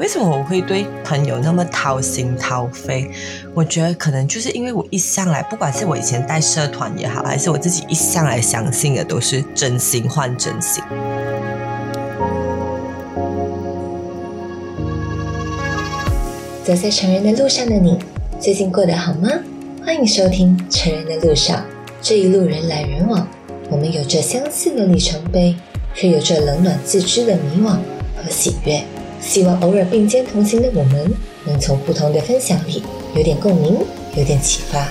为什么我会对朋友那么掏心掏肺？我觉得可能就是因为我一向来，不管是我以前带社团也好，还是我自己一向来相信的都是真心换真心。 走在成人的路上的你，最近过得好吗？欢迎收听《成人的路上》，这一路人来人往，我们有着相似的里程碑，却有着冷暖自知的迷惘和喜悦。希望偶尔并肩同行的我们，能从不同的分享里有点共鸣，有点启发。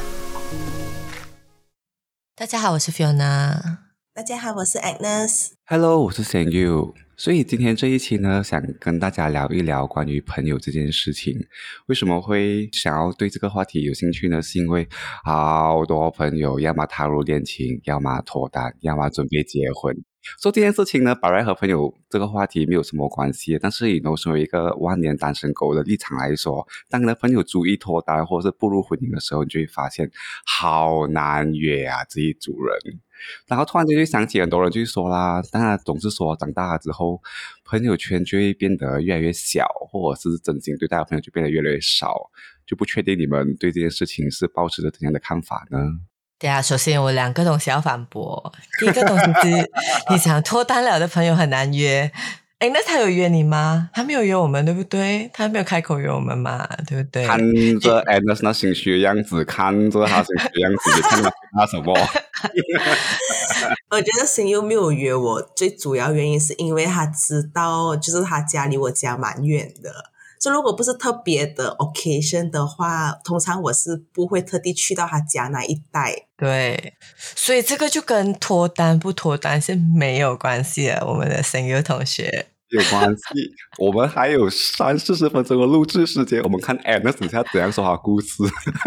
大家好，我是 Fiona。 大家好，我是 Agnes。 Hello， 我是 Sanyu。所以今天这一期呢，想跟大家聊一聊关于朋友这件事情。为什么会想要对这个话题有兴趣呢？是因为好多朋友要么踏入恋情，要么脱单，要么准备结婚。说这件事情呢，本来和朋友这个话题没有什么关系，但是以身为一个万年单身狗的立场来说，当你的朋友逐一脱单或者是步入婚姻的时候，你就会发现好难约啊，这一组人。然后突然间就想起很多人就说啦，当然总是说长大了之后朋友圈就会变得越来越小，或者是真心对待的朋友就变得越来越少，就不确定你们对这件事情是抱持着怎样的看法呢？ 对啊，首先我两个东西要反驳。第一个东西是你想脱单了的朋友很难约。诶，那他有约你吗？他没有约我们，对不对？他没有开口约我们嘛，对不对？ 看着 Agnes 那心虚的样子，看着他心虚的样子，你看他什么？ 我觉得新佑没有约我，最主要原因是因为他知道，就是他家离我家蛮远的。所以如果不是特别的 occasion 的话，通常我是不会特地去到他家那一带。 对，所以这个就跟脱单不脱单是没有关系的，我们的新佑同学。 有关系，我们还有30-40分钟的录制时间，我们看 Agnes 等下怎样说好故事。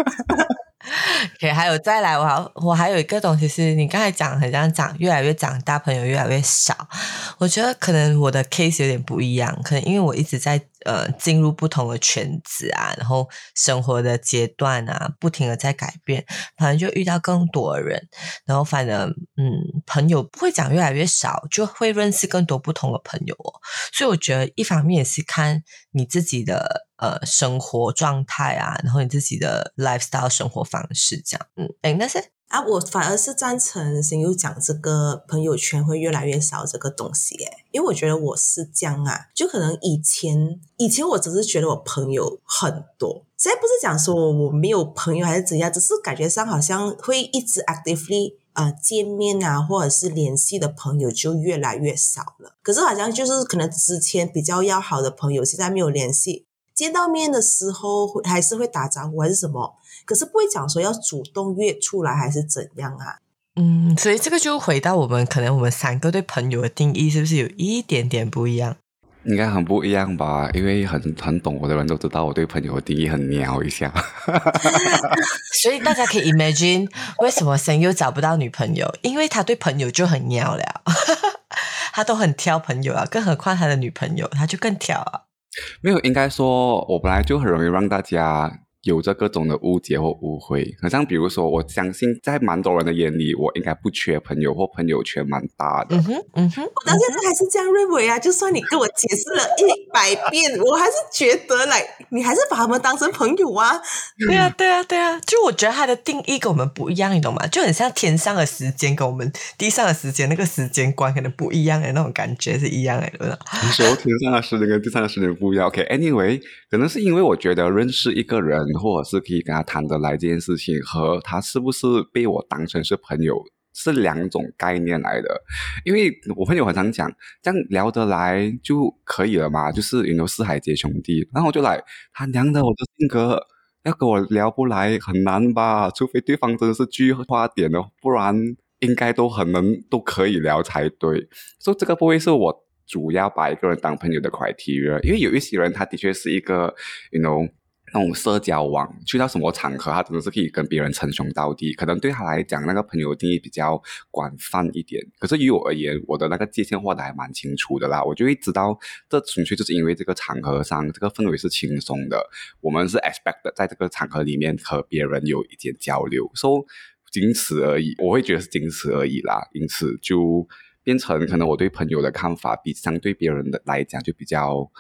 OK， 还有再来，我还有一个东西是你刚才讲很像越来越长大，朋友越来越少。我觉得可能我的 case 有点不一样，可能因为我一直在进入不同的圈子啊，然后生活的阶段啊，不停的在改变，反正就遇到更多的人，然后反正朋友不会讲越来越少，就会认识更多不同的朋友哦。所以我觉得一方面也是看你自己的生活状态啊，然后你自己的 lifestyle 生活方式这样。那是我反而是赞成新佑讲这个朋友圈会越来越少这个东西因为我觉得我是这样啊，就可能以前我只是觉得我朋友很多，现在不是讲说我没有朋友还是怎样，只是感觉上好像会一直 actively见面啊或者是联系的朋友就越来越少了。可是好像就是可能之前比较要好的朋友现在没有联系，见到面的时候还是会打招呼还是什么，可是不会讲说要主动约出来还是怎样啊。 所以这个就回到我们三个对朋友的定义是不是有一点点不一样？ 应该很不一样吧，因为很懂我的人都知道我对朋友的定义很喵一下。 所以大家可以 imagine 为什么神又找不到女朋友，因为他对朋友就很喵了。他都很挑朋友啊，更何况他的女朋友他就更挑啊。 没有，应该说我本来就很容易让大家有着各种的误解或误会，好像比如说我相信在蛮多人的眼里我应该不缺朋友或朋友圈蛮大的。 我到现在还是这样认为啊，就算你跟我解释了100遍我还是觉得你还是把他们当成朋友啊。 对啊，就我觉得他的定义跟我们不一样，你懂吗？就很像天上的时间跟我们地上的时间那个时间观可能不一样的那种感觉是一样的，对吧？ 你说天上的时间跟地上的时间不一样。 OK，anyway， 可能是因为我觉得认识一个人或者是可以跟他谈得来这件事情和他是不是被我当成是朋友是两种概念来的。因为我朋友很常讲这样聊得来就可以了嘛，就是四海皆兄弟，然后我就来他娘的，我的性格要跟我聊不来很难吧，除非对方真的是句话点的，不然应该都可以聊才对。所以这个不会是我主要把一个人当朋友的 criteria， 因为有一些人他的确是一个那种社交网，去到什么场合他真的是可以跟别人称兄道弟，可能对他来讲那个朋友定义比较广泛一点。可是于我而言，我的那个界限画得还蛮清楚的啦，我就会知道这纯粹就是因为这个场合上这个氛围是轻松的，我们是 expect 在这个场合里面和别人有一点交流，所以仅此而已，我会觉得是仅此而已啦。因此就变成可能我对朋友的看法比相对别人的来讲就比较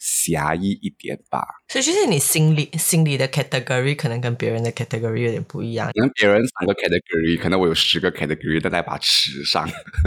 狭义一点吧。 所以就是你心里的 category 可能跟别人的 category 有点不一样。 可能别人3个 category， 可能我有10个 category 在那把尺上。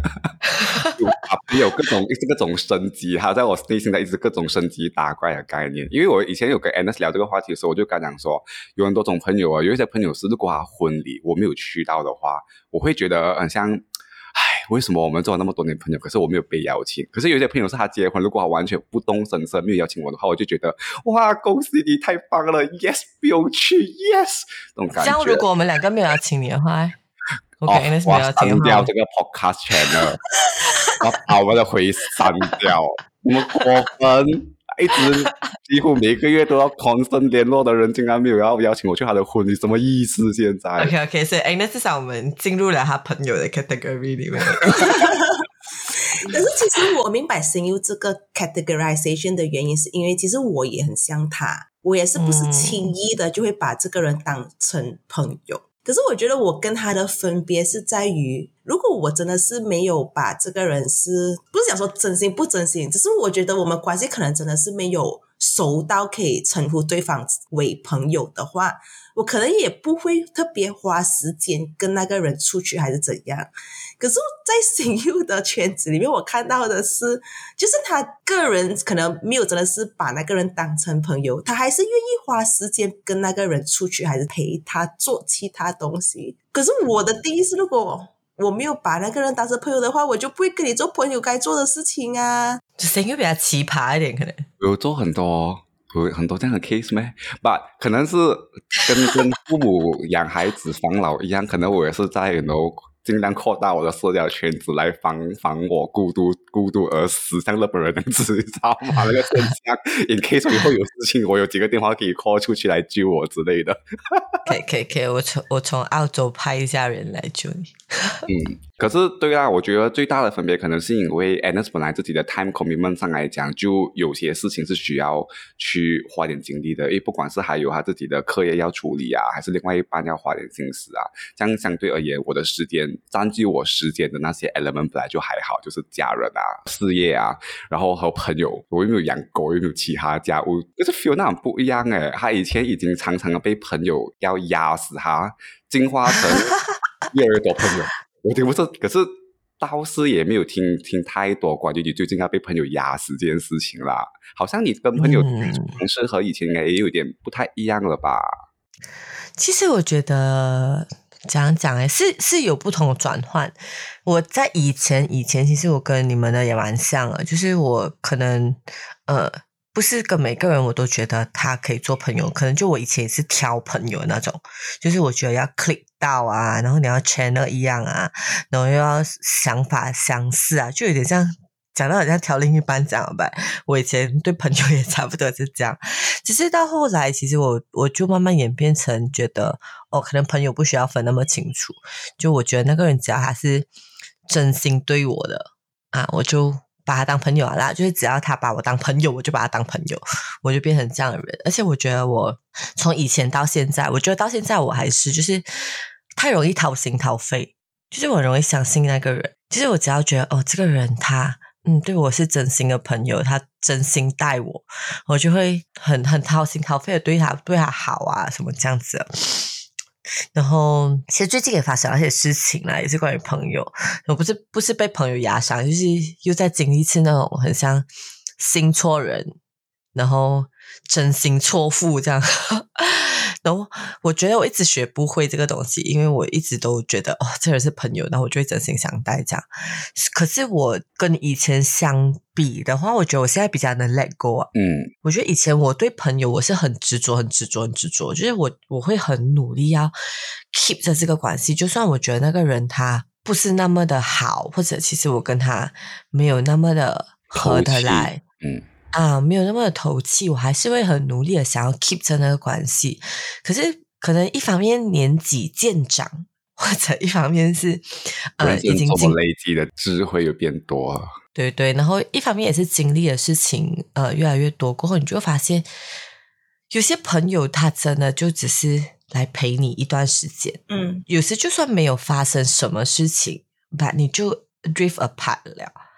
有各种升级，还有在我内心的一直各种升级打怪的概念。因为我以前有跟 Annis 聊这个话题的时候，我就跟他讲说，有很多种朋友啊，有一些朋友是如果他婚礼我没有去到的话，我会觉得很像为什么我们做了那么多年朋友，可是我没有被邀请？可是有些朋友是他结婚，如果他完全不动声色没有邀请我的话，我就觉得哇，恭喜你，太棒了 ，yes， 不用去 ，yes， 这种感觉。 这样如果我们2个没有邀请你的话，我跟 Annis 没有邀请的话， 删掉这个 podcast channel， 我把我们的回删掉，那么过分。一直几乎每个月都要 constant 联络的人，竟然没有要邀请我去他的婚礼，什么意思？现在 OK， 所以那至少我们进入了他朋友的 category 里面。 可是其实我明白声优这个 categorization 的原因，是因为其实我也很像他，我也是不是轻易的就会把这个人当成朋友。可是我觉得我跟他的分别是在于，如果我真的是没有把这个人是不是讲说真心不真心，只是我觉得我们关系可能真的是没有熟到可以称呼对方为朋友的话，我可能也不会特别花时间跟那个人出去还是怎样。可是在声优的圈子里面，我看到的是就是他个人可能没有真的是把那个人当成朋友，他还是愿意花时间跟那个人出去，还是陪他做其他东西。可是我的定义是，如果我没有把那个人当成朋友的话，我就不会跟你做朋友该做的事情啊。 就声优比较奇葩一点，可能有做很多这样的 case 咩？ But 可能是跟父母养孩子防老一样，可能我也是在尽量扩大我的社交圈子来防我孤独而死，像日本人那样子，你知道吗？那个现象 ，in case 以后有事情，我有几个电话可以 call 出去来救我之类的。 可以，我从澳洲派一下人来救你。 可是对啊，我觉得最大的分别可能是因为 Annis 本来自己的 time commitment 上来讲，就有些事情是需要去花点精力的，因为不管是还有他自己的课业要处理啊，还是另外一半要花点心思啊，这样相对而言，我的时间占据我时间的那些 element 本来就还好，就是家人啊、事业啊，然后和朋友，我又没有养狗，又没有其他家务，就是 Fiona 很不一样诶，他以前已经常常的被朋友要压死他，进化成越来越多朋友。我听不是，可是倒是也没有听太多关于你最近要被朋友压死这件事情啦。好像你跟朋友同事和以前应该也有点不太一样了吧？ 其实我觉得这样讲是有不同的转换。我在以前其实我跟你们的也蛮像的，就是我可能不是跟每个人我都觉得他可以做朋友，可能就我以前也是挑朋友的那种，就是我觉得要 click 到啊，然后你要 channel 一样啊，然后又要想法相似啊，就有点像讲到好像挑另一半这样吧。我以前对朋友也差不多是这样，只是到后来其实我就慢慢演变成觉得可能朋友不需要分那么清楚，就我觉得那个人只要他是真心对我的啊，我就把他当朋友啦，就是只要他把我当朋友，我就把他当朋友，我就变成这样的人。而且我觉得我从以前到现在，我觉得到现在我还是就是太容易掏心掏肺，就是我容易相信那个人。就是我只要觉得这个人他对我是真心的朋友，他真心待我，我就会很掏心掏肺的对他好啊，什么这样子的。然后其实最近也发生了一些事情啦，也是关于朋友，我不是被朋友压伤，就是又在经历一次那种很像心错人，然后真心错付这样。然后我觉得我一直学不会这个东西，因为我一直都觉得这人是朋友，然后我就会真心相待这样。可是我跟以前相比的话，我觉得我现在比较能 let go 啊。我觉得以前我对朋友我是很执着，就是我会很努力要 keep 着这个关系，就算我觉得那个人他不是那么的好，或者其实我跟他没有那么的合得来，没有那么的投气，我还是会很努力的想要 keep 着那个关系。可是可能一方面年纪渐长，或者一方面是已经累积的智慧有变多。 对，然后一方面也是经历的事情越来越多过后，你就会发现有些朋友他真的就只是来陪你一段时间。有时就算没有发生什么事情，你就 drift apart 了。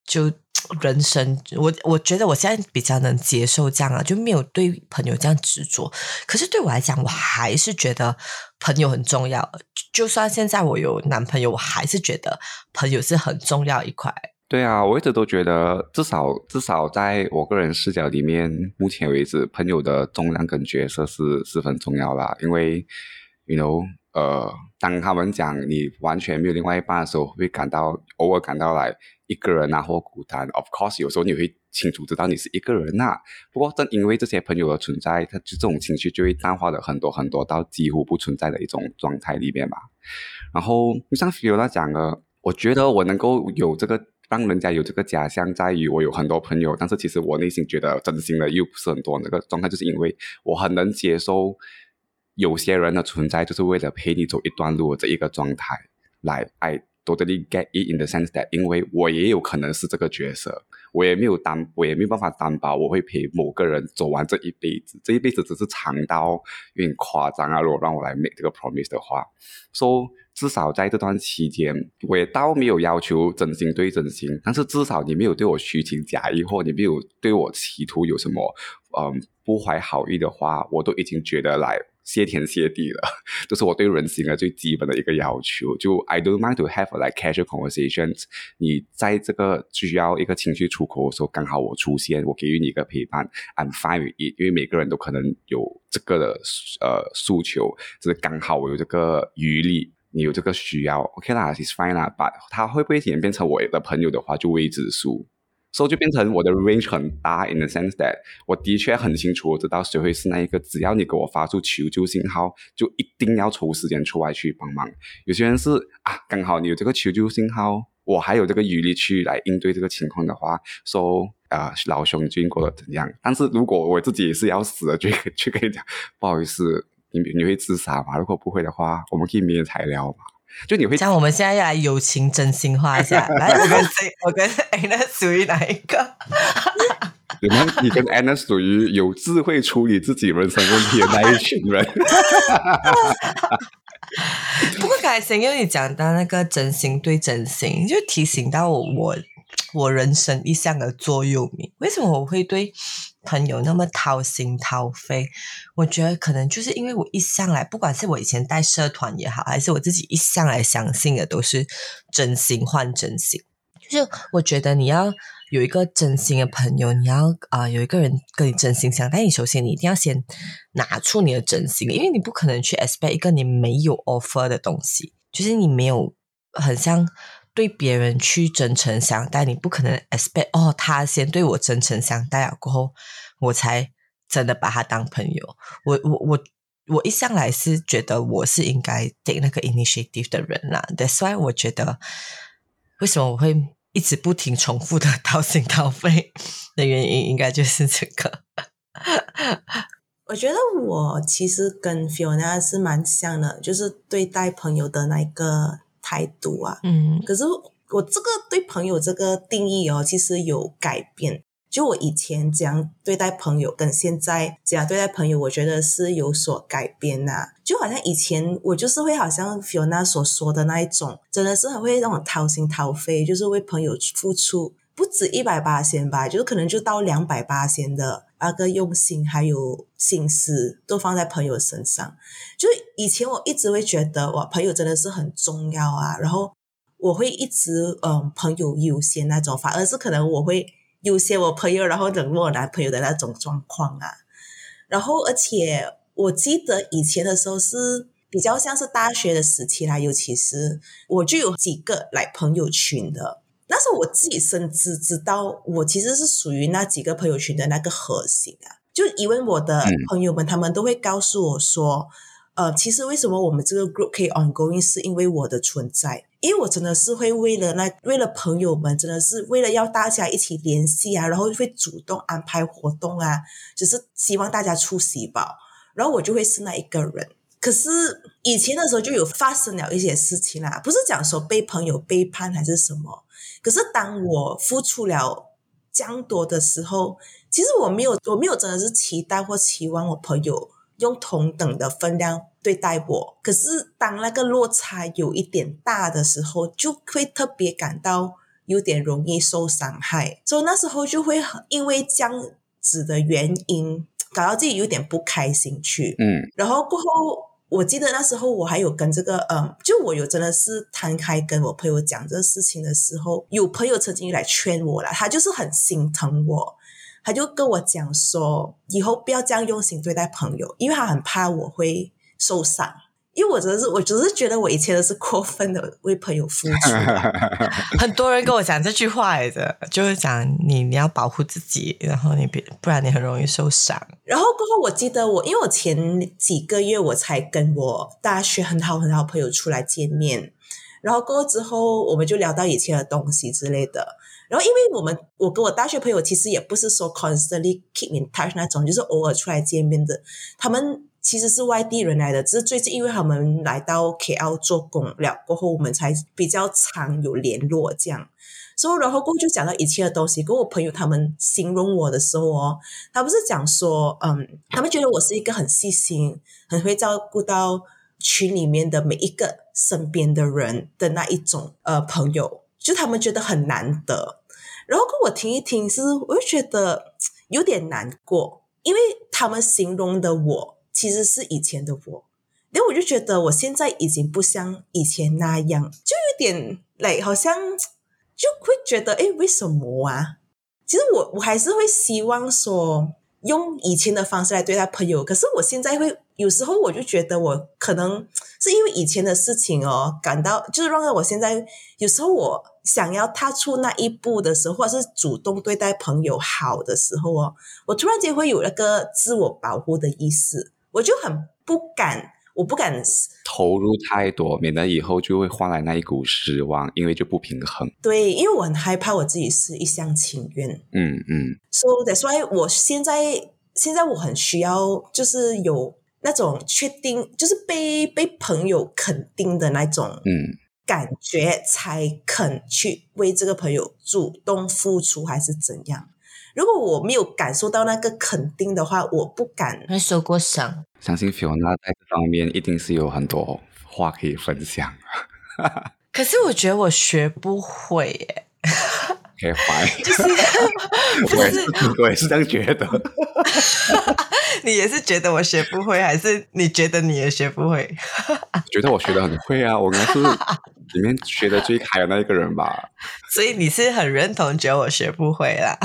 就人生，我觉得我现在比较能接受这样啊，就没有对朋友这样执着。可是对我来讲，我还是觉得朋友很重要。就算现在我有男朋友，我还是觉得朋友是很重要一块。 对啊，我一直都觉得，至少在我个人视角里面，目前为止，朋友的重量跟角色是十分重要啦。因为 ，you know，当他们讲你完全没有另外一半的时候，会偶尔感到来一个人啊或孤单。Of course， 有时候你会清楚知道你是一个人啊。不过正因为这些朋友的存在，他就这种情绪就会淡化了很多很多到几乎不存在的一种状态里面吧。然后就像 Fiona 讲的，我觉得我能够有这个。让人家有这个假象在于我有很多朋友，但是其实我内心觉得真心的又不是很多。那个状态就是因为我很能接受有些人的存在就是为了陪你走一段路的这一个状态。来 I totally get it in the sense that 因为我也有可能是这个角色，我也没有办法担保我会陪某个人走完这一辈子，这一辈子只是长到有点夸张啊，如果让我来 make 这个 promise 的话。So至少在这段期间，我也倒没有要求真心对真心，但是至少你没有对我虚情假意，或你没有对我企图有什么不怀好意的话，我都已经觉得来谢天谢地了。这是我对人性的最基本的一个要求。就 I don't mind to have like casual conversations， 你在这个需要一个情绪出口的时候，刚好我出现，我给予你一个陪伴 I'm fine with it。 因为每个人都可能有这个的诉求，就是刚好我有这个余力，你有这个需要 OK 啦 it's fine 啦。 But 他会不会演变成我的朋友的话就未知数。所以就变成我的 range 很大 in the sense that 我的确很清楚我知道谁会是那一个只要你给我发出求救信号就一定要抽时间出来去帮忙。有些人是刚好你有这个求救信号，我还有这个余力去来应对这个情况的话 so 老兄最近过得怎样。但是如果我自己也是要死了，就可以讲不好意思，你会自杀吗？如果不会的话，我们可以明天才聊嘛。就你会这样，我们现在要来友情真心话一下。来，我跟 Anna 属于哪一个？ 你跟 Anna 属于有智慧处理自己人生问题的那一群人。 不过刚才因为你讲到那个真心对真心，就提醒到我人生一向的座右铭。为什么我会对朋友那么掏心掏肺？我觉得可能就是因为我一向来，不管是我以前带社团也好，还是我自己一向来相信的都是真心换真心。就是我觉得你要有一个真心的朋友，你要有一个人跟你真心相待，你首先你一定要先拿出你的真心，因为你不可能去 expect 一个你没有 offer 的东西，就是你没有很像对别人去真诚相待，你不可能 expect 他先对我真诚相待了过后我才真的把他当朋友。我一向来是觉得我是应该 take 那个 initiative 的人啦。 That's why 我觉得为什么我会一直不停重复的掏心掏肺的原因应该就是这个。 我觉得我其实跟 Fiona 是蛮像的，就是对待朋友的那个态度啊。可是我这个对朋友这个定义其实有改变。就我以前这样对待朋友跟现在这样对待朋友，我觉得是有所改变啊。就好像以前我就是会好像 Fiona 所说的那一种，真的是很会那种掏心掏肺，就是为朋友付出不止100%吧，就是可能就到200%的那个用心还有心思都放在朋友身上。就以前我一直会觉得哇，朋友真的是很重要啊，然后我会一直朋友优先那种，反而是可能我会优先我朋友然后冷落我男朋友的那种状况啊。然后而且我记得以前的时候是比较像是大学的时期啦，尤其是我就有几个来朋友群的，那时候我自己深知道我其实是属于那几个朋友群的那个核心啊。就因为我的朋友们他们都会告诉我说其实为什么我们这个 group 可以 ongoing 是因为我的存在。因为我真的是会为了朋友们，真的是为了要大家一起联系啊，然后会主动安排活动啊，就是希望大家出席吧，然后我就会是那一个人。可是以前的时候就有发生了一些事情啦，不是讲说被朋友背叛还是什么，可是当我付出了这样多的时候，其实我没有真的是期待或期望我朋友用同等的分量对待我。可是当那个落差有一点大的时候，就会特别感到有点容易受伤害，所以那时候就会因为这样子的原因搞到自己有点不开心去。然后过后我记得那时候我还有跟这个就我有真的是摊开跟我朋友讲这个事情的时候，有朋友曾经来劝我啦，他就是很心疼我，他就跟我讲说以后不要这样用心对待朋友，因为他很怕我会受伤。因为我只是觉得我以前的是过分的为朋友付出很多人跟我讲这句话来着，就是讲你要保护自己，然后不然你很容易受伤。 然后过后我记得因为我前几个月我才跟我大学很好很好朋友出来见面，然后过后之后我们就聊到以前的东西之类的。然后因为我跟我大学朋友其实也不是说 constantly keep in touch 那种，就是偶尔出来见面的，他们其实是外地人来的，只是最近因为他们来到 KL 做工了过后，我们才比较常有联络这样。所以然后过后就讲到以前的东西，跟我朋友他们形容我的时候他不是讲说他们觉得我是一个很细心很会照顾到群里面的每一个身边的人的那一种朋友，就他们觉得很难得。然后跟我听一听我就觉得有点难过，因为他们形容的我其实是以前的我，但我就觉得我现在已经不像以前那样，就有点好像就会觉得为什么啊？其实我还是会希望说用以前的方式来对待朋友，可是我现在有时候我就觉得我可能是因为以前的事情感到就是让我现在有时候我想要踏出那一步的时候，或者是主动对待朋友好的时候我突然间会有那个自我保护的意识，我就我不敢投入太多，免得以后就会换来那一股失望，因为就不平衡。 对，因为我很害怕我自己是一厢情愿。So that's why 我现在我很需要就是有那种确定就是被朋友肯定的那种感觉才肯去为这个朋友主动付出还是怎样。如果我没有感受到那个肯定的话，我不敢会受过伤。 相信 Fiona 在这方面一定是有很多话可以分享可是我觉得我学不会耶可以怀就是我也是这样觉得你也是觉得我学不会，还是你觉得你也学不会？ 觉得我学得很会啊，我应该是里面学得最开的那一个人吧。 所以你是很认同觉得我学不会啦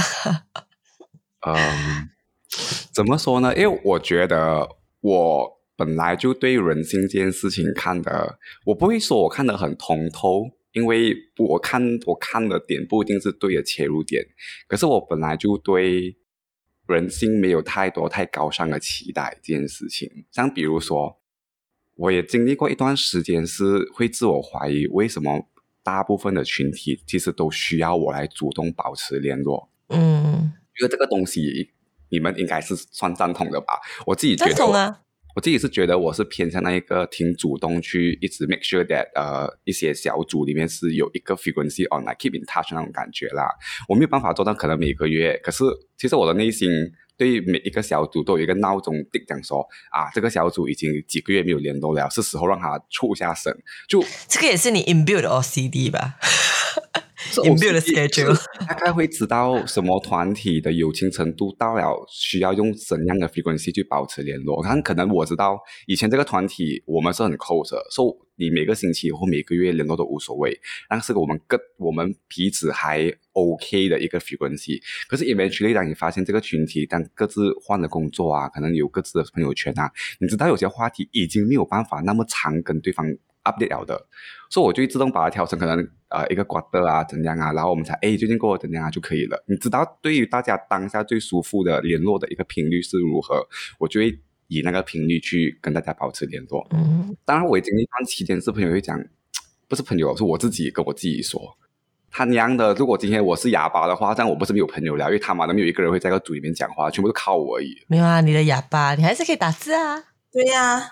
怎么说呢？因为我觉得我本来就对人性这件事情看的，我不会说我看得很通透，因为我看的点不一定是对的切入点，可是我本来就对人性没有太高尚的期待这件事情。像比如说我也经历过一段时间是会自我怀疑，为什么大部分的群体其实都需要我来主动保持联络。因为这个东西你们应该是算赞同的吧？我自己觉得赞同啊， 我自己是觉得我是偏向那一个挺主动去一直 make sure that 一些小组里面是有一个 frequency on like keep in touch 那种感觉啦。我没有办法做到可能每个月，可是其实我的内心对每一个小组都有一个闹钟定讲说这个小组已经几个月没有联络了，是时候让他出下声。就这个也是你 inbuilt 的 OCD 吧？inbuilt 的 schedule 大概会知道什么团体的友情程度到了需要用怎样的 frequency 去保持联络。可能我知道以前这个团体我们是很 close 的，所以你每个星期或每个月联络都无所谓，但是我们彼此还 OK 的一个 frequency。可是 eventually 当你发现这个群体当各自换了工作可能有各自的朋友圈你知道有些话题已经没有办法那么常跟对方 update 了的，所以我就自动把它调成可能一个 quarter 怎样然后我们才最近过得怎样就可以了。你知道对于大家当下最舒服的联络的一个频率是如何，我就会以那个频率去跟大家保持联络。当然我已经一段期间是朋友会讲，不是朋友，是我自己跟我自己说，他娘的，如果今天我是哑巴的话，这样我不是没有朋友了，因为他妈的没有一个人会在个组里面讲话，全部都靠我而已。 没有你的哑巴你还是可以打字对呀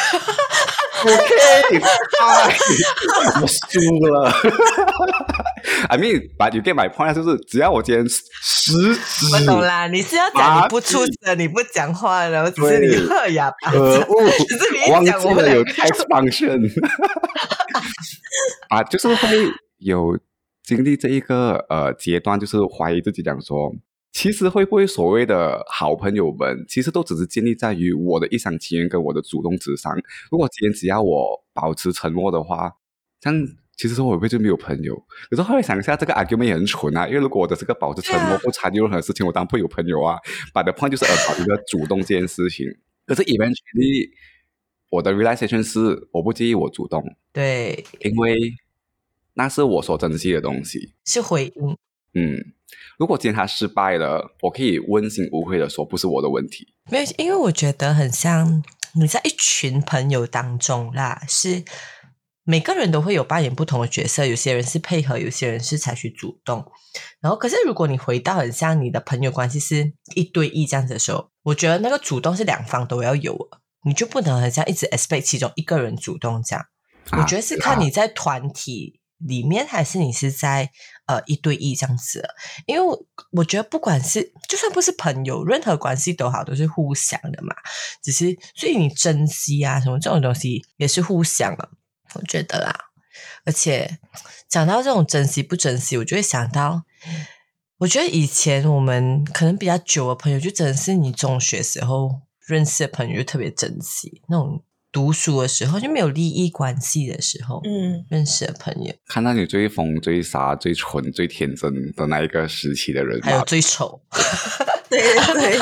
OK fine 我输了I mean but you get my point 就是只要我今天我懂啦，你是要讲你不出声你不讲话，然后只是你喝哑巴只是你忘记讲了有 text function 就是会有经历这一个阶段，就是怀疑自己讲说，其实会不会所谓的好朋友们，其实都只是建立在于我的一厢情愿跟我的主动之上。如果今天只要我保持沉默的话，这样其实我会不会就没有朋友？可是后来想一下，这个 argument 也很蠢啊，因为如果我的这个保持沉默不参与任何事情，我当然不会有朋友啊。But the point 就是保持一个主动这件事情。可是 eventually 我的 realization 是我不介意我主动， 对， 因为那是我所珍惜的东西， 是回应。 如果今天他失败了，我可以问心无愧的说不是我的问题。 没有，因为我觉得很像你在一群朋友当中啦，是每个人都会有扮演不同的角色，有些人是配合，有些人是采取主动。然后可是如果你回到很像你的朋友关系是一对一这样子的时候，我觉得那个主动是两方都要有的，你就不能很像一直 expect 其中一个人主动这样。我觉得是看你在团体里面还是你是在一对一这样子的。因为我觉得不管是就算不是朋友，任何关系都好，都是互相的嘛，只是所以你珍惜啊什么这种东西也是互相的，我觉得啦。而且讲到这种珍惜不珍惜，我就会想到我觉得以前我们可能比较久的朋友，就真的是你中学时候认识的朋友就特别珍惜，那种读书的时候就没有利益关系的时候认识的朋友， 看到你最疯最傻最蠢最天真的那一个时期的人， 还有最丑对对对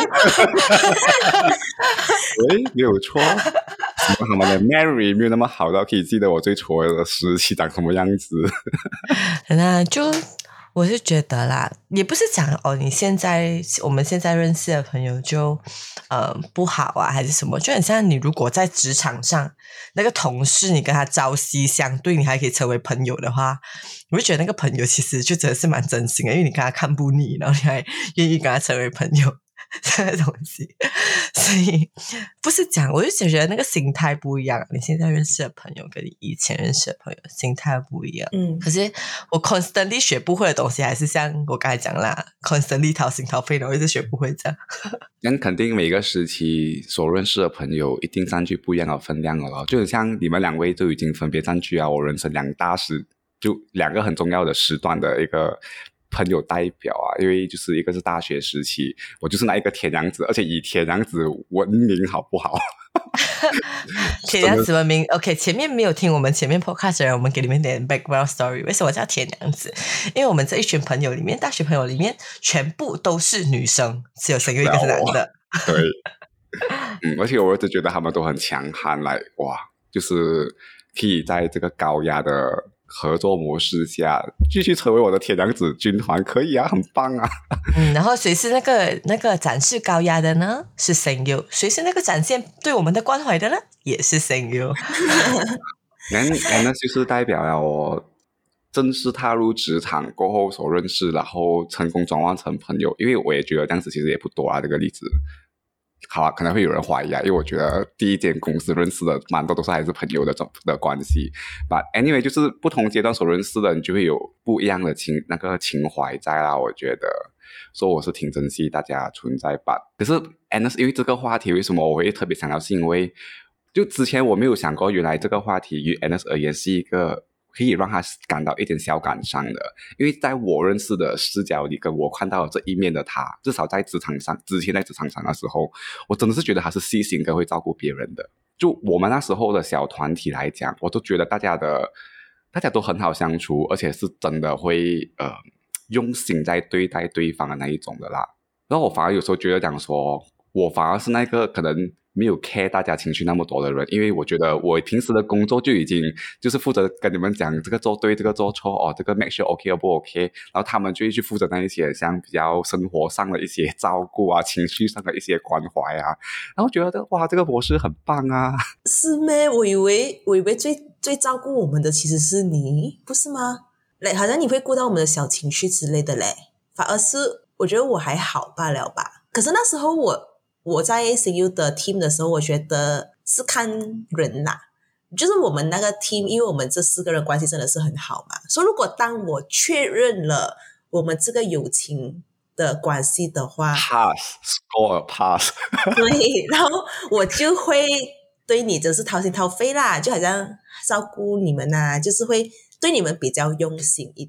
对，没有错。他们的 memory 没有那么好到可以记得我最初的时期长什么样子。 那就我是觉得啦，也不是讲我们现在认识的朋友就不好啊还是什么，就很像你如果在职场上那个同事你跟他朝夕相对，你还可以成为朋友的话，我就觉得那个朋友其实就真的是蛮真心的，因为你跟他看不腻，然后你还愿意跟他成为朋友这个东西。所以不是讲，我就觉得那个心态不一样，你现在认识的朋友跟你以前认识的朋友心态不一样。可是我 constantly 学不会的东西还是像我刚才讲啦， constantly 掏心掏肺的，我一直学不会这样。 但肯定每个时期所认识的朋友一定占据不一样的分量了咯，就像你们两位都已经分别占据我人生就两个很重要的时段的一个朋友代表啊，因为就是一个是大学时期，我就是那一个铁娘子，而且以铁娘子闻名，好不好？ 铁娘子闻名 OK， 前面没有听我们前面 podcast 的人，我们给你们点 background story。 为什么叫铁娘子？因为我们这一群朋友里面，大学朋友里面全部都是女生，只有一个是男的。 对而且我一直觉得他们都很强悍，哇，就是可以在这个高压的合作模式下继续成为我的铁娘子军团，可以啊，很棒啊。 然后谁是那个展示高压的呢？是声优。谁是那个展现对我们的关怀的呢？也是声优。 那就是代表了我正式踏入职场过后所认识，然后成功转换成朋友。因为我也觉得这样子其实也不多啊，这个例子。好啊，可能会有人怀疑啊，因为我觉得第一间公司认识的蛮多都是还是朋友的关系。But anyway， 就是不同阶段所认识的人就会有不一样的那个情怀在啦。我觉得，所以我是挺珍惜大家存在吧。可是 Agnes 因为这个话题，为什么我会特别想到，是因为就之前我没有想过，原来这个话题于 Agnes 而言是一个可以让他感到一点小感伤的，因为在我认识的视角里，跟我看到的这一面的他，至少在职场上，之前在职场上的时候，我真的是觉得他是细心跟会照顾别人的。就我们那时候的小团体来讲，我都觉得大家都很好相处，而且是真的会用心在对待对方的那一种的啦。然后我反而有时候觉得讲说，我反而是那个可能没有 care 大家情绪那么多的人，因为我觉得我平时的工作就已经就是负责跟你们讲这个做对这个做错这个 make sure OK 或不 OK， 然后他们就会去负责那一些像比较生活上的一些照顾啊，情绪上的一些关怀啊，然后觉得哇这个模式很棒啊。 是咩？我以为最照顾我们的其实是你，不是吗？好像你会顾到我们的小情绪之类的嘞，反而是我觉得我还好罢了吧。可是那时候我在 CU 的 team 的时候，我觉得是看人啦，就是我们那个 team， 因为我们这4个人关系真的是很好嘛，所以如果当我确认了我们这个友情的关系的话 score a pass 对，然后我就会对你真是掏心掏肺啦，就好像照顾你们啊，就是会对你们比较用心一点。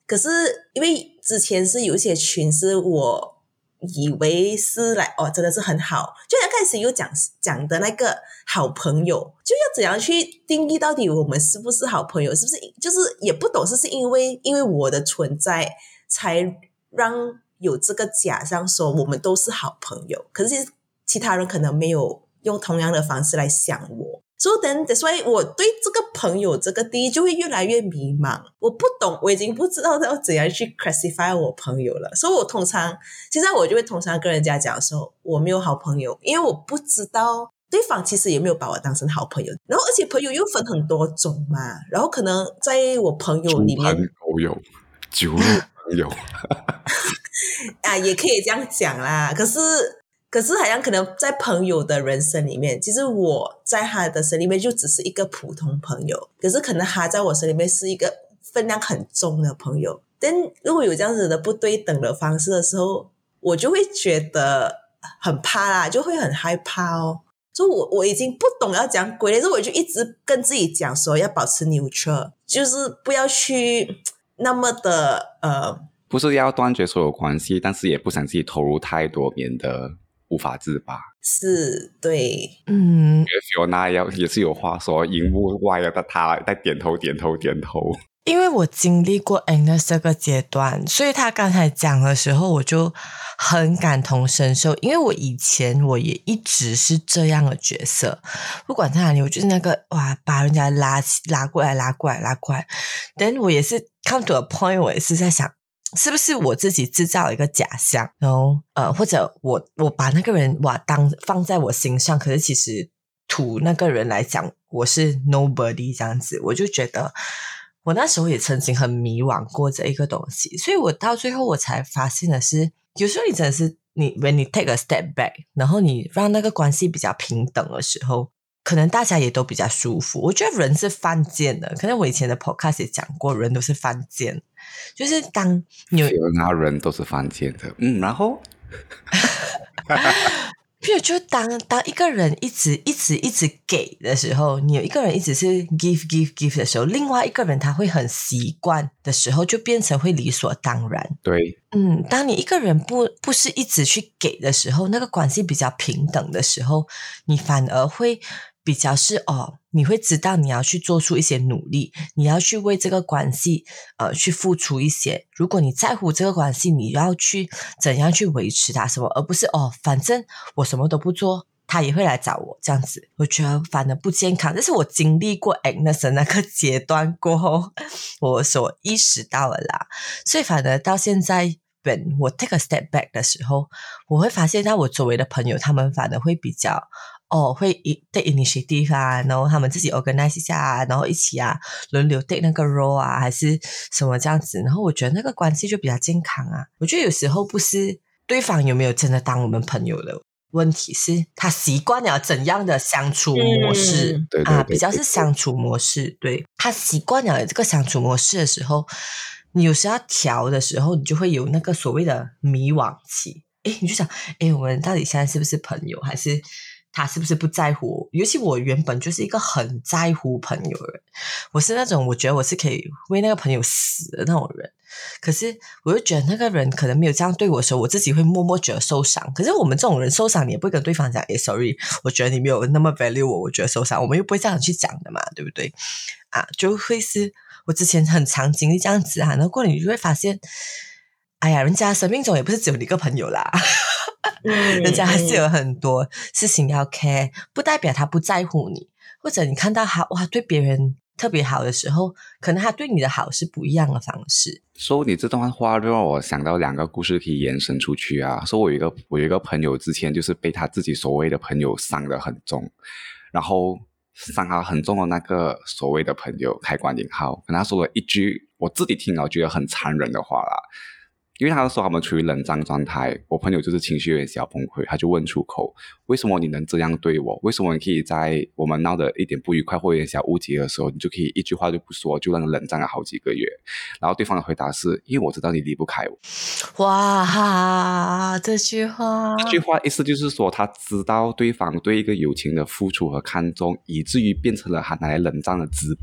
可是因为之前是有一些群是我以为是来真的是很好，就像开始有讲的那个好朋友，就要怎样去定义到底我们是不是好朋友，是不是就是也不懂是因为我的存在才让有这个假象说我们都是好朋友，可是其他人可能没有用同样的方式来想我。So then that's why 我对这个朋友这个定义就会越来越迷茫，我不懂，我已经不知道要怎样去 classify 我朋友了。所以我现在我就会通常跟人家讲说我没有好朋友，因为我不知道对方其实也没有把我当成好朋友，然后而且朋友又分很多种嘛，然后可能在我朋友里面猪朋狗友酒肉朋友也可以这样讲啦，可是好像可能在朋友的人生里面，其实我在他的生里面就只是一个普通朋友，可是可能他在我生里面是一个分量很重的朋友。但如果有这样子的不对等的方式的时候，我就会觉得很怕啦，就会很害怕哦。所以我已经不懂要讲归类，所以我就一直跟自己讲说要保持 neutral， 就是不要去那么的不是要断绝所有关系，但是也不想自己投入太多，免得无法自拔。 是，对。 Fiona 也是有话说，荧幕外的他在点头。 因为我经历过 Agnes 这个阶段，所以他刚才讲的时候我就很感同身受，因为我以前我也一直是这样的角色，不管在哪里我就是那个把人家拉过来，但我也是 come to a point， 我也是在想是不是我自己制造一个假象，然后或者我把那个人放在我心上，可是其实图那个人来讲我是 nobody 这样子，我就觉得我那时候也曾经很迷惘过这一个东西，所以我到最后我才发现的是，有时候你真的是when you take a step back， 然后你让那个关系比较平等的时候，可能大家也都比较舒服。我觉得人是犯贱的，可能我以前的 podcast 也讲过，人都是犯贱，就是当你那人都是犯贱的，然后譬如就当一个人一直给的时候，你有一个人一直是 give 的时候，另外一个人他会很习惯的时候，就变成会理所当然。 对， 当你一个人不是一直去给的时候，那个关系比较平等的时候，你反而会比较是你会知道你要去做出一些努力，你要去为这个关系去付出一些。如果你在乎这个关系，你要去怎样去维持它什么，而不是反正我什么都不做，他也会来找我这样子，我觉得反而不健康。这是我经历过 Agnes 的那个阶段过后我所意识到的啦。所以反而到现在when 我 take a step back 的时候，我会发现到我周围的朋友他们反而会比较会 take initiative 然后他们自己 organize 一下然后一起轮流 take 那个 role 还是什么这样子，然后我觉得那个关系就比较健康我觉得有时候不是对方有没有真的当我们朋友的问题，是他习惯了怎样的相处模式， 对比较是相处模式，对，他习惯了这个相处模式的时候，你有时要调的时候，你就会有那个所谓的迷惘期，你就想我们到底现在是不是朋友，还是他是不是不在乎我？尤其我原本就是一个很在乎朋友的人，我是那种我觉得我是可以为那个朋友死的那种人，可是我就觉得那个人可能没有这样对我的时候，我自己会默默觉得受伤。可是我们这种人受伤，你也不会跟对方讲sorry， 我觉得你没有那么 value我觉得受伤，我们又不会这样去讲的嘛，对不对就会是我之前很常经历这样子然后过你就会发现哎呀，人家生命中也不是只有你一个朋友啦人家还是有很多事情要 care， 不代表他不在乎你，或者你看到他对别人特别好的时候，可能他对你的好是不一样的方式。 所以你这段话让我想到两个故事可以延伸出去所以我有一个朋友之前就是被他自己所谓的朋友伤得很重，然后伤他很重的那个所谓的朋友开关引号跟他说了一句我自己听了觉得很残忍的话啦。因为他说他们处于冷战状态，我朋友就是情绪有点小崩溃，他就问出口，为什么你能这样对我？为什么你可以在我们闹得一点不愉快或有点小误解的时候，你就可以一句话就不说，就让人冷战了好几个月？然后对方的回答是，因为我知道你离不开我。 哇，这句话意思就是说他知道对方对一个友情的付出和看重，以至于变成了他拿来冷战的资本。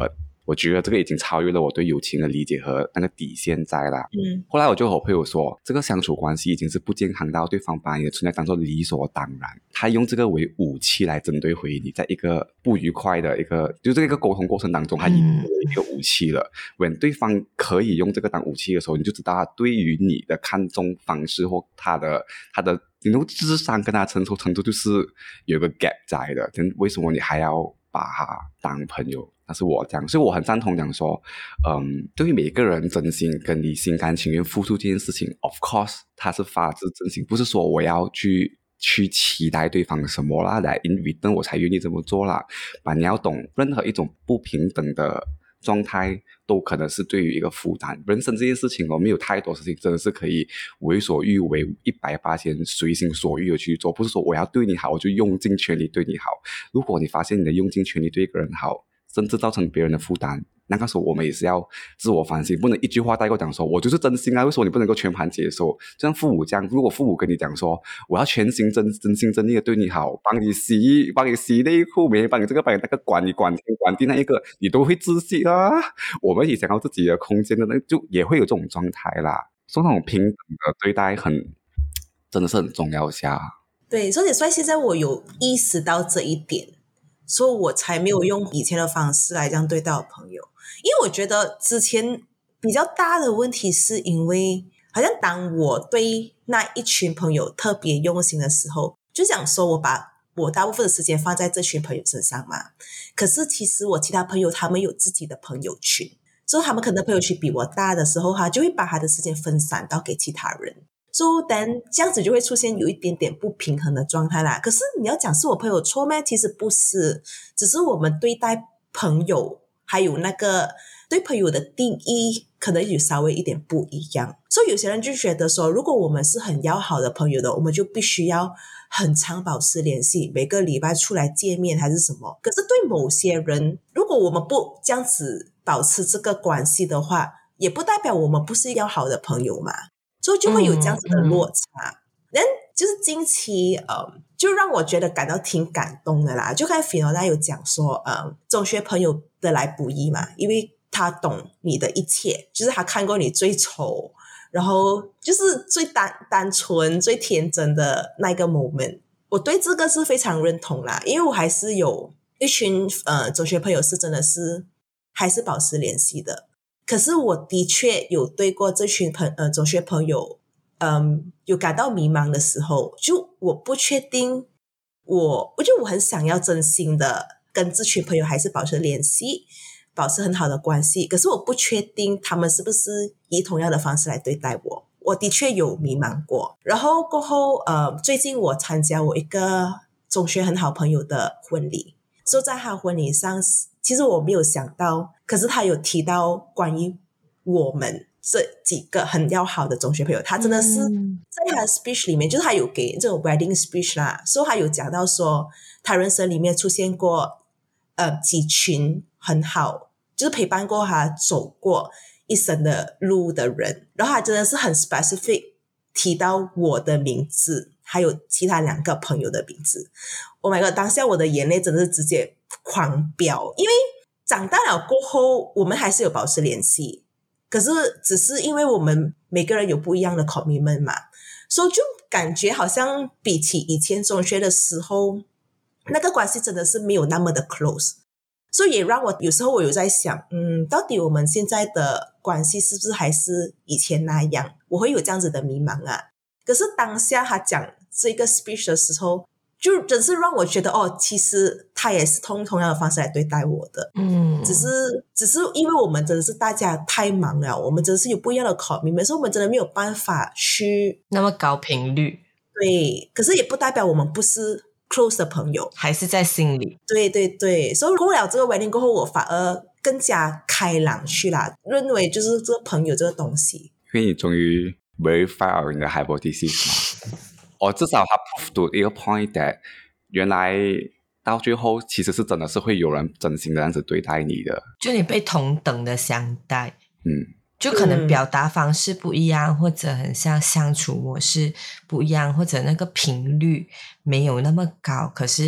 我觉得这个已经超越了我对友情的理解和那个底线在啦。 嗯后来我就和我朋友说，这个相处关系已经是不健康到对方把你的存在当做理所当然，他用这个为武器来针对回你，在一个不愉快的就这个沟通过程当中，他已经有一个武器了。when 对方可以用这个当武器的时候，你就知道他对于你的看重方式或他的智商跟他承受程度就是有个 gap 在的，为什么你还要把他当朋友？那是我这样，所以我很赞同讲说，对于每个人真心跟你心甘情愿付出这件事情 ，of course 他是发自真心，不是说我要去期待对方什么啦，来 in return 我才愿意这么做啦。你要懂，任何一种不平等的状态都可能是对于一个负担。人生这件事情没有太多事情真的是可以为所欲为100%随心所欲的去做，不是说我要对你好我就用尽全力对你好。如果你发现你的用尽全力对一个人好，甚至造成别人的负担，那个时候我们也是要自我反省，不能一句话带过讲说我就是真心啊，为什么你不能够全盘接受？就像父母这样，如果父母跟你讲说我要全心真心真意的对你好，帮你洗内裤，每天帮你这个帮你那个管天地那一个，你都会窒息啦。我们也想要自己的空间的，那就也会有这种状态啦。所以那种平等的对待真的是很重要下。 对，所以现在我有意识到这一点，所以我才没有用以前的方式来这样对待我朋友。因为我觉得之前比较大的问题是因为好像当我对那一群朋友特别用心的时候，就想说我把我大部分的时间放在这群朋友身上嘛。可是其实我其他朋友他们有自己的朋友群，所以他们可能朋友群比我大的时候，他就会把他的时间分散到给其他人。So then 这样子就会出现有一点点不平衡的状态啦。可是你要讲是我朋友错吗？其实不是，只是我们对待朋友还有那个对朋友的定义可能有稍微一点不一样。所以有些人就觉得说，如果我们是很要好的朋友的，我们就必须要很常保持联系，每个礼拜出来见面还是什么。可是对某些人，如果我们不这样子保持这个关系的话，也不代表我们不是要好的朋友嘛。所以就会有这样子的落差。就是近期就让我觉得感到挺感动的啦。就看 Fiona 有讲说中学朋友得来不易嘛，因为他懂你的一切，就是他看过你最丑，然后就是最单纯最天真的那个 moment。 我对这个是非常认同啦，因为我还是有一群中学朋友是真的是还是保持联系的。可是我的确有对过这群中学朋友有感到迷茫的时候，就我不确定我觉得我很想要真心的跟这群朋友还是保持联系，保持很好的关系，可是我不确定他们是不是以同样的方式来对待我。我的确有迷茫过。然后过后最近我参加我一个中学很好朋友的婚礼，所以在他婚礼上其实我没有想到，可是他有提到关于我们这几个很要好的中学朋友，他真的是在他的 speech 里面，就是他有给这种 wedding speech 啦，所以他有讲到说他人生里面出现过几群很好，就是陪伴过他走过一生的路的人，然后他真的是很 specific 提到我的名字还有其他2个朋友的名字。 Oh my god， 当下我的眼泪真的是直接狂飙。因为长大了过后我们还是有保持联系，可是只是因为我们每个人有不一样的 commitment 嘛，所以就感觉好像比起以前中学的时候那个关系真的是没有那么的 close。 所以也让我有时候我有在想到底我们现在的关系是不是还是以前那样，我会有这样子的迷茫啊。可是当下他讲这个 speech 的时候，就真是让我觉得其实他也是同样的方式来对待我的。只是因为我们真的是大家太忙了，我们真的是有不一样的 commitment， 所以我们真的没有办法去那么高频率。 对，可是也不代表我们不是 close 的朋友， 还是在心里。 对对对，所以过了这个 wedding 过后，我反而更加开朗去啦，认为就是这个朋友这个东西。 因为你终于 verify 你的 hypothesis 嘛至少他 prove to 一个 point that 原来到最后其实是真的是会有人真心的这样子对待你的， 就你被同等的相待。就可能表达方式不一样，或者很像相处模式不一样，或者那个频率没有那么高，可是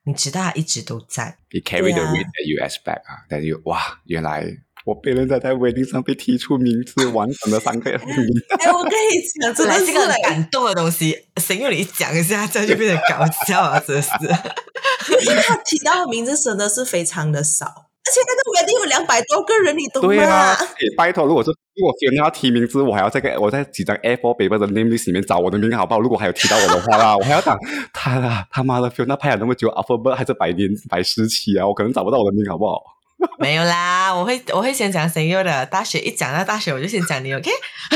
你知道他一直都在。 You carry the weight that you expect 啊，但是哇，原来我被人家在 wedding 上被提出名字，完整的3个人名。 我跟你讲，真的是这个很感动的东西，谁用你讲一下，这样就变得搞笑啊！真是， 因为他提到的名字真的是非常的少，而且那个 wedding 有200多个人，你懂吗？ 对啊，拜托，如果别人要提名字，我还要我在几张 A4 paper 的 name list 里面找我的名好不好？如果还有提到我的话啦，我还要讲他妈的 Fiona 拍了那么久 alphabet 还是百时期啊，我可能找不到我的名好不好？ 没有啦，我会先讲声优的。大学一讲到大学，我就先讲你 ，OK？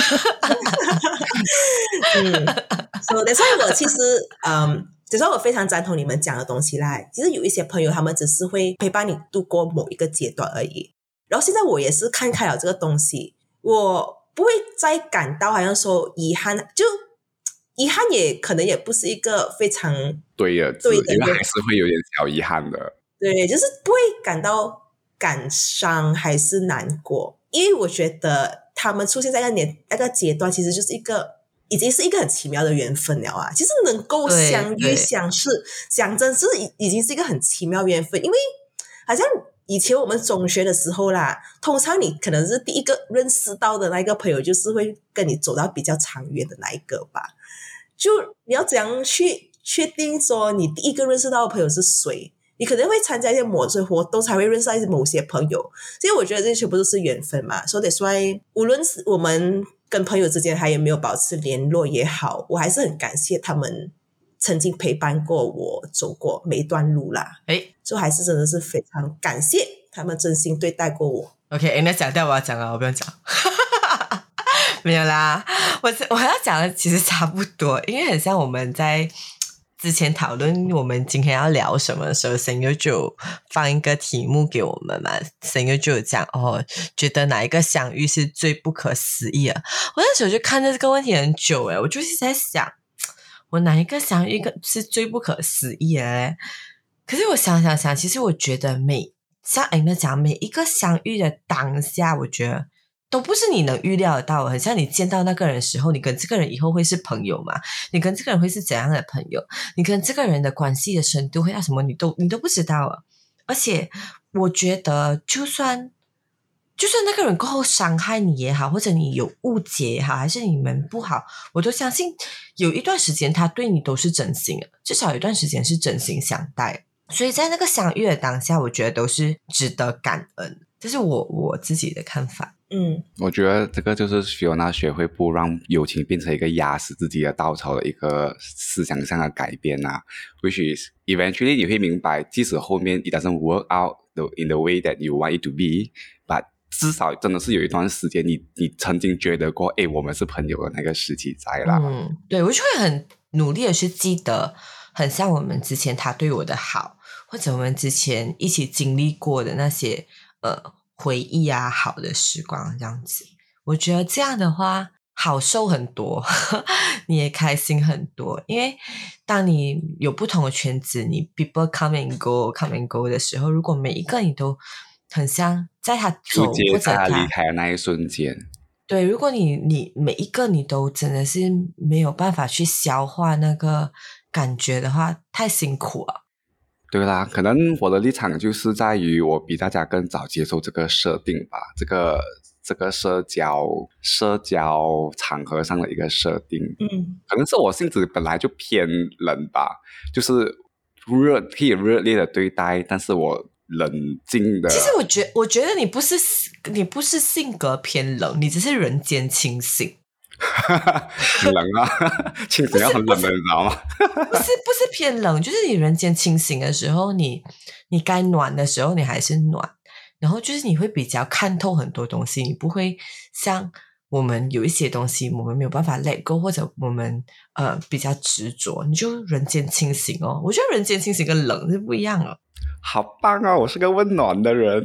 所以我其实只是我非常赞同你们讲的东西啦。其实有一些朋友，他们只是会陪伴你度过某一个阶段而已。然后现在我也是看开了这个东西，我不会再感到好像说遗憾，就遗憾也可能也不是一个非常对的字，因为还是会有点小遗憾的。 对，就是不会感到感伤还是难过，因为我觉得他们出现在那个阶段，其实就是已经是一个很奇妙的缘分了啊！其实能够相遇相识，讲真是已经是一个很奇妙缘分，因为好像以前我们中学的时候啦，通常你可能是第一个认识到的那一个朋友，就是会跟你走到比较长远的那一个吧。就你要怎样去确定说你第一个认识到的朋友是谁？你可能会参加一些某些活动才会认识到一些某些朋友，所以我觉得这些全部都是缘分嘛。所以that's why无论是我们跟朋友之间还有没有保持联络也好，我还是很感谢他们曾经陪伴过我走过每一段路啦。所以还是真的是非常感谢他们真心对待过我。 OK， 那讲掉我要讲了，我不用讲。没有啦，我要讲的其实差不多，因为很像我们在之前讨论我们今天要聊什么的时候，声优就放一个题目给我们嘛，声优就有讲觉得哪一个相遇是最不可思议的。我那时候就看着这个问题很久我就一直在想，我哪一个相遇是最不可思议的嘞？可是我想，其实我觉得像Anna讲，每一个相遇的当下，我觉得都不是你能预料得到的。很像你见到那个人的时候，你跟这个人以后会是朋友吗？你跟这个人会是怎样的朋友？你跟这个人的关系的深度会到什么？你都不知道啊。而且我觉得就算那个人过后伤害你也好，或者你有误解也好，还是你们不好，我都相信有一段时间他对你都是真心的，至少有一段时间是真心相待。所以在那个相遇的当下，我觉得都是值得感恩，这是我自己的看法。 我觉得这个就是 Fiona 学会不让友情变成一个压死自己的稻草的一个思想上的改变啊 which is eventually 你会明白，即使后面 it doesn't work out in the way that you want it to be, but 至少真的是有一段时间你曾经觉得过我们是朋友的那个时期在啦。 对，我就会很努力的去记得，很像我们之前他对我的好，或者我们之前一起经历过的那些回忆啊，好的时光这样子。我觉得这样的话好受很多你也开心很多，因为当你有不同的圈子，你 people come and go 的时候，如果每一个你都很像在他走或者他离开的那一瞬间， 对，如果你每一个你都真的是没有办法去消化那个感觉的话，太辛苦了。 对啦，可能我的立场就是在于我比大家更早接受这个设定吧，这个社交场合上的一个设定。可能是我性子本来就偏冷吧，就是可以热烈的对待，但是我冷静的。 其实我觉得你不是性格偏冷，你只是人间清醒。 冷啊，清醒要很冷的，你知道吗？ 不是偏冷，就是你人间清醒的时候，你该暖的时候你还是暖，然后就是你会比较看透很多东西，你不会像我们有一些东西我们没有办法 let go， 或者我们比较执着，你就人间清醒哦。我觉得人间清醒跟冷是不一样哦。 好棒啊，我是个温暖的人。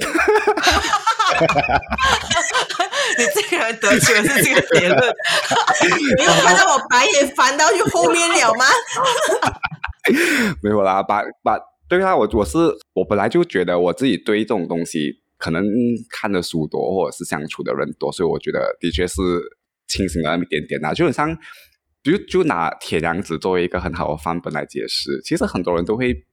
你这个人得出的是这个结论。 没有看到我白眼翻到去后面了吗？ 没有啦，对啊，我本来就觉得我自己对这种东西可能看的书多，或者是相处的人多，所以我觉得的确是清醒了那么一点点啦。就很像就拿铁娘子作为一个很好的范本来解释，其实很多人都会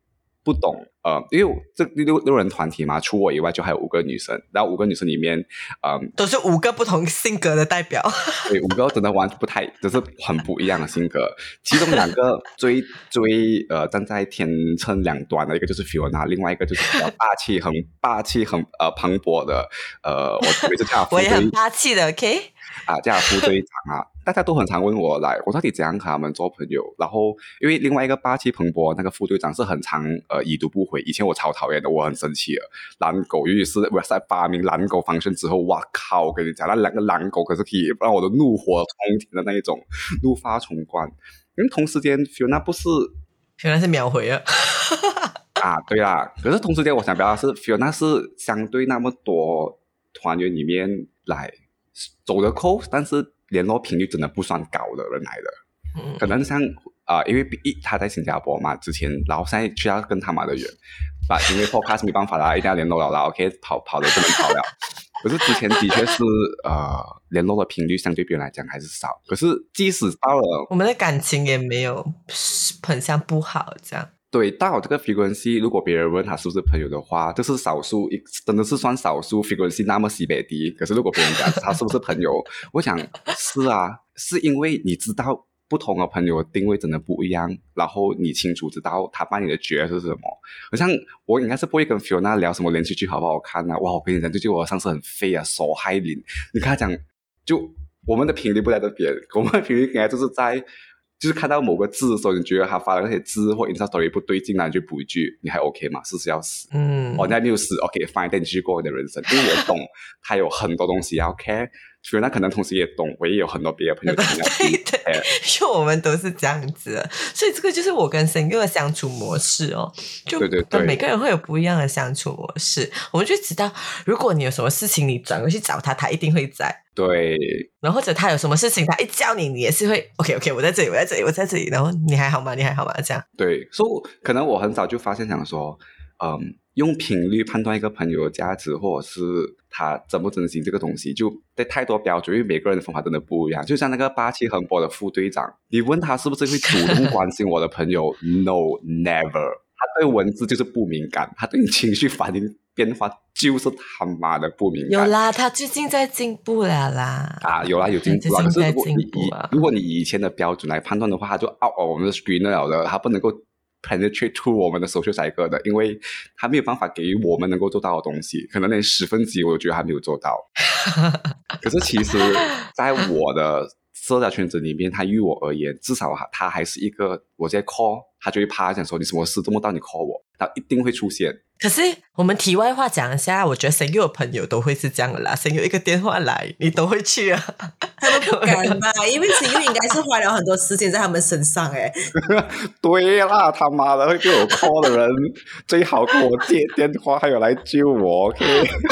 不懂因为这六人团体嘛，除我以外就还有5个女生，然后5个女生里面都是5个不同性格的代表。 对，5个真的完全不太，就是很不一样的性格。其中2个最站在天秤两端的，一个就是 Fiona， 另外一个就是比较霸气很磅礴的我每次叫我也很霸气的 ，OK。 叫副队长啊，大家都很常问我我到底怎样和他们做朋友。然后因为另外一个霸气蓬勃那个副队长是很常已读不回，以前我超讨厌的，我很生气了。蓝狗，尤其是我在发明蓝狗方式之后，哇靠！我跟你讲，那2个蓝狗可是可以让我的怒火冲天的那一种，怒发冲冠。因为同时间 Fiona 不是 Fiona 是秒回了。 对啦，可是同时间我想表达是 Fiona 是相对那么多团员里面来走得 close， 但是联络频率真的不算高的人来的。可能像因为他在新加坡嘛之前，然后现在去到跟他妈的远，因为 podcast 没办法啦，一定要联络了啦 OK， 跑的不能跑了。可是之前的确是联络的频率相对别人来讲还是少，可是即使到了我们的感情也没有很像不好这样。 对，到了这个 frequency， 如果别人问他是不是朋友的话，这是少数，真的是算少数 frequency 那么西北低。可是如果别人讲他是不是朋友，我想是啊，是因为你知道不同的朋友的定位真的不一样，然后你清楚知道他扮演的角色是什么。好像我应该是不会跟 Fiona 聊什么连续剧好不好看啊，哇，我跟你讲，最近我上次很废啊，手嗨脸，你跟他讲，就我们的频率不在这边，我们的频率应该就是看到某个字的时候，你觉得他发的那些字或 Insta Story 不对劲，然后你就补一句，你还 OK 吗？是要死。那没有死 OK fine， 但你继续过你的人生。因为我懂他有很多东西要 care， 所以那可能同时也懂，我也有很多别的朋友要 care。 对，因为我们都是这样子的，所以这个就是我跟神佑的相处模式哦。就对，每个人会有不一样的相处模式，我们就知道，如果你有什么事情，你转过去找他，他一定会在。 对， 然后或者他有什么事情，他一叫你，你也是会 OK， 我在这里，然后你还好吗？这样。 对，所以可能我很早就发现想说，用频率判断一个朋友的价值，或者是他真不真心这个东西，就对太多标准，因为每个人的方法真的不一样。就像那个霸气横波的副队长，你问他是不是会主动关心我的朋友？No, never。他对文字就是不敏感，他对你情绪反应变化就是他妈的不敏感。 有啦，他最近在进步了啦。 有啦，有进步啦。可是如果你以前的标准来判断的话，他就我们的 screener 了的，他不能够 penetrate through 我们的 social cycle 的，因为他没有办法给予我们能够做到的东西，可能连1/10我都觉得他没有做到。可是其实在我的社交圈子里面，他于我而言，至少他还是一个，我在 call 他就会怕，想说你什么事这么到你 call 我，他一定会出现。 可是我们题外话讲一下，我觉得神佑的朋友都会是这样的啦，神佑一个电话来你都会去啊。 他们不敢吧？因为神佑应该是花了很多时间在他们身上对啦，他妈的会给我 call 的人最好跟我接电话，还有来救我 OK。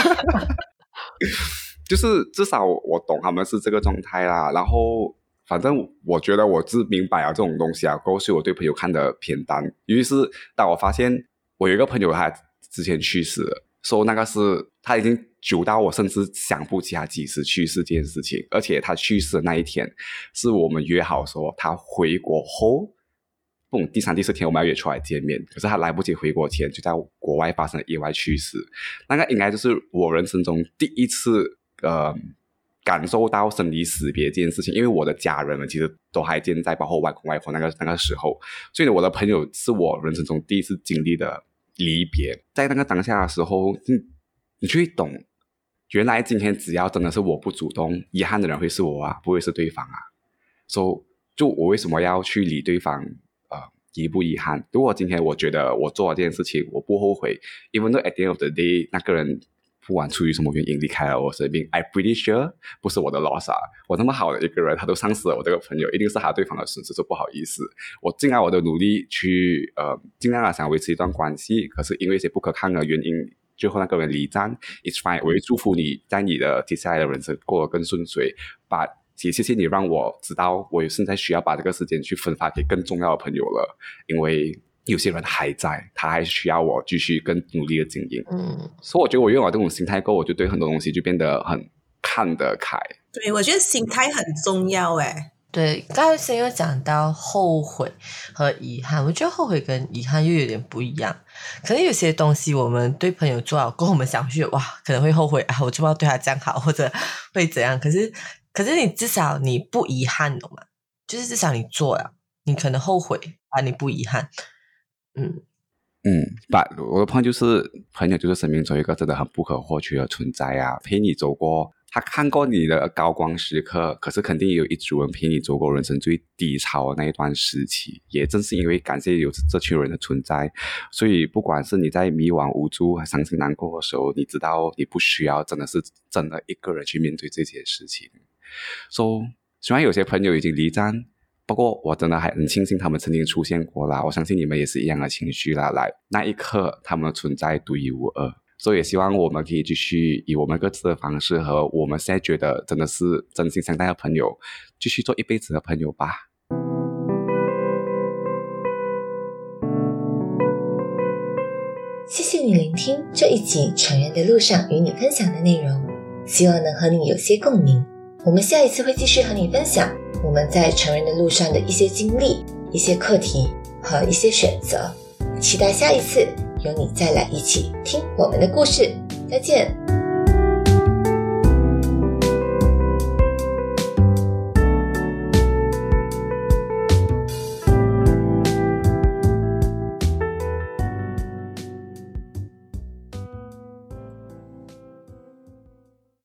就是至少我懂他们是这个状态啦，然后反正我觉得我是明白了这种东西啊，过去我对朋友看得偏淡，尤其是当我发现我有一个朋友他之前去世了，所以那个是他已经久到我甚至想不起他几时去世这件事情，而且他去世的那一天是我们约好说他回国后第3、第4天我们要约出来见面，可是他来不及回国前就在国外发生了意外去世。那个应该就是我人生中第一次感受到生离死别这件事情，因为我的家人们其实都还健在，包括外公外婆那个时候，所以我的朋友是我人生中第一次经历的离别。在那个当下的时候，你就会懂，原来今天只要真的是我不主动，遗憾的人会是我啊，不会是对方啊。就我为什么要去理对方遗不遗憾？如果今天我觉得我做了这件事情我不后悔， even though at the end of the day 那个人不管出于什么原因离开了我生命， I'm pretty sure 不是我的 loss 啊。我那么好的一个人他都丧失了我这个朋友，一定是他对方的损失，说不好意思。我尽了我的努力去尽量想维持一段关系，可是因为一些不可抗的原因最后那个人离站 It's fine， 我会祝福你在你的接下来的人生过得更顺遂，也谢谢你让我知道我现在需要把这个时间去分发给更重要的朋友了，因为有些人还在，他还需要我继续更努力的经营。所以我觉得我拥有这种心态过后，我就对很多东西就变得很看得开。 对，我觉得心态很重要对，刚才先有讲到后悔和遗憾，我觉得后悔跟遗憾又有点不一样。可能有些东西我们对朋友做了过后，我们想去哇，可能会后悔啊，我就不要对他这样好，或者会怎样。可是你至少你不遗憾，懂吗？就是至少你做了，你可能后悔啊，你不遗憾。 我的朋友就是生命中一个真的很不可或缺的存在啊，陪你走过。他看过你的高光时刻，可是肯定也有一组人陪你走过人生最低潮的那一段时期。也正是因为感谢有这群人的存在，所以不管是你在迷惘无助伤心难过的时候，你知道你不需要真的一个人去面对这些事情。虽然有些朋友已经离站，不过我真的还很庆幸他们曾经出现过啦，我相信你们也是一样的情绪啦。来那一刻他们的存在独一无二，所以也希望我们可以继续以我们各自的方式和我们现在觉得真的是真心相待的朋友继续做一辈子的朋友吧。 谢谢你聆听这一集成人的路上与你分享的内容，希望能和你有些共鸣。我们下一次会继续和你分享我们在成人的路上的一些经历、一些课题和一些选择，期待下一次有你再来一起听我们的故事。再见。